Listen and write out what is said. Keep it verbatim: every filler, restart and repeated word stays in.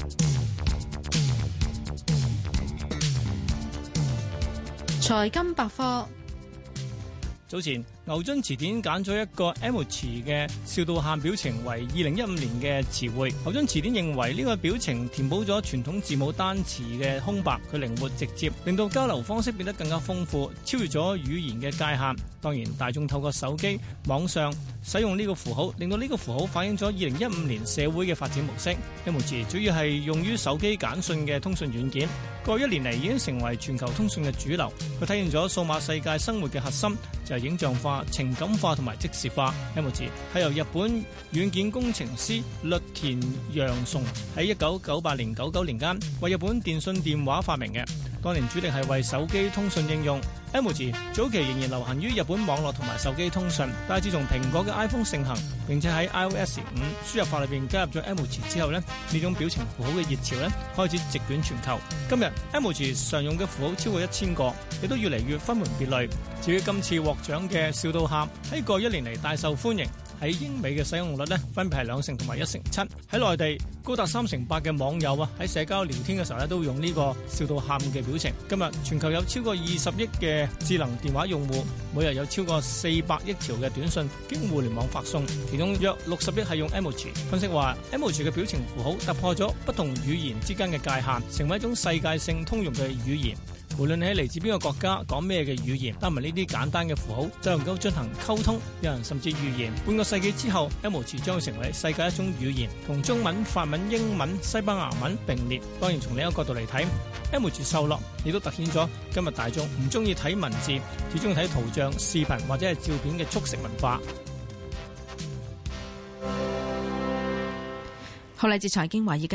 財金百科。 早前牛津詞典揀咗一個 emoji 嘅笑到喊表情為二零一五年嘅詞彙。牛津詞典認為呢個表情填補咗傳統字母單詞嘅空白，佢靈活直接，令到交流方式變得更加豐富，超越咗語言嘅界限。當然，大眾透過手機、網上使用呢個符號，令到呢個符號反映咗二零一五年社會嘅發展模式。emoji 主要係用於手機簡訊嘅通訊軟件，過去一年嚟已經成為全球通訊嘅主流。佢體現咗數碼世界生活嘅核心，就係影像化、情感化同埋即時化。emoji 係由日本軟件工程師栗田洋崇喺一九九八年、九九年間為日本電信電話發明嘅。當年主力係為手機通訊應用。emoji 早期仍然流行於日本網絡同埋手機通訊，但係自從蘋果嘅 iPhone 盛行，並且喺 iOS 五輸入法裏邊加入咗 emoji 之後呢，呢種表情符號嘅熱潮呢開始席捲全球。今日 emoji 常用嘅符號超過一千個，亦都越嚟越分門別類。至於今次獲獎嘅笑到喊，喺過去一年嚟大受歡迎。喺英美嘅使用率呢，分別係兩成同埋一成七。喺內地高達三成八嘅網友啊，喺社交聊天嘅時候呢，都會用呢個笑到喊嘅表情。今日全球有超過二十億嘅智能電話用戶，每日有超過四百億條嘅短信經互聯網發送，其中約六十億係用 emoji。分析話 emoji 嘅表情符號突破咗不同語言之間嘅界限，成為一種世界性通用嘅語言。無論你係嚟自邊個國家，講咩嘅語言，加埋呢啲簡單嘅符號就能夠進行溝通。有人甚至預言半個世紀之後 emoji 將會成為世界一種語言，同中文、法文、英文、西班牙文並列。當然從另一個角度嚟睇 emoji 受落，亦都凸顯咗今日大眾唔中意睇文字，只中意睇圖像、視頻或者係照片嘅速食文化。 好，嚟自財經華爾街。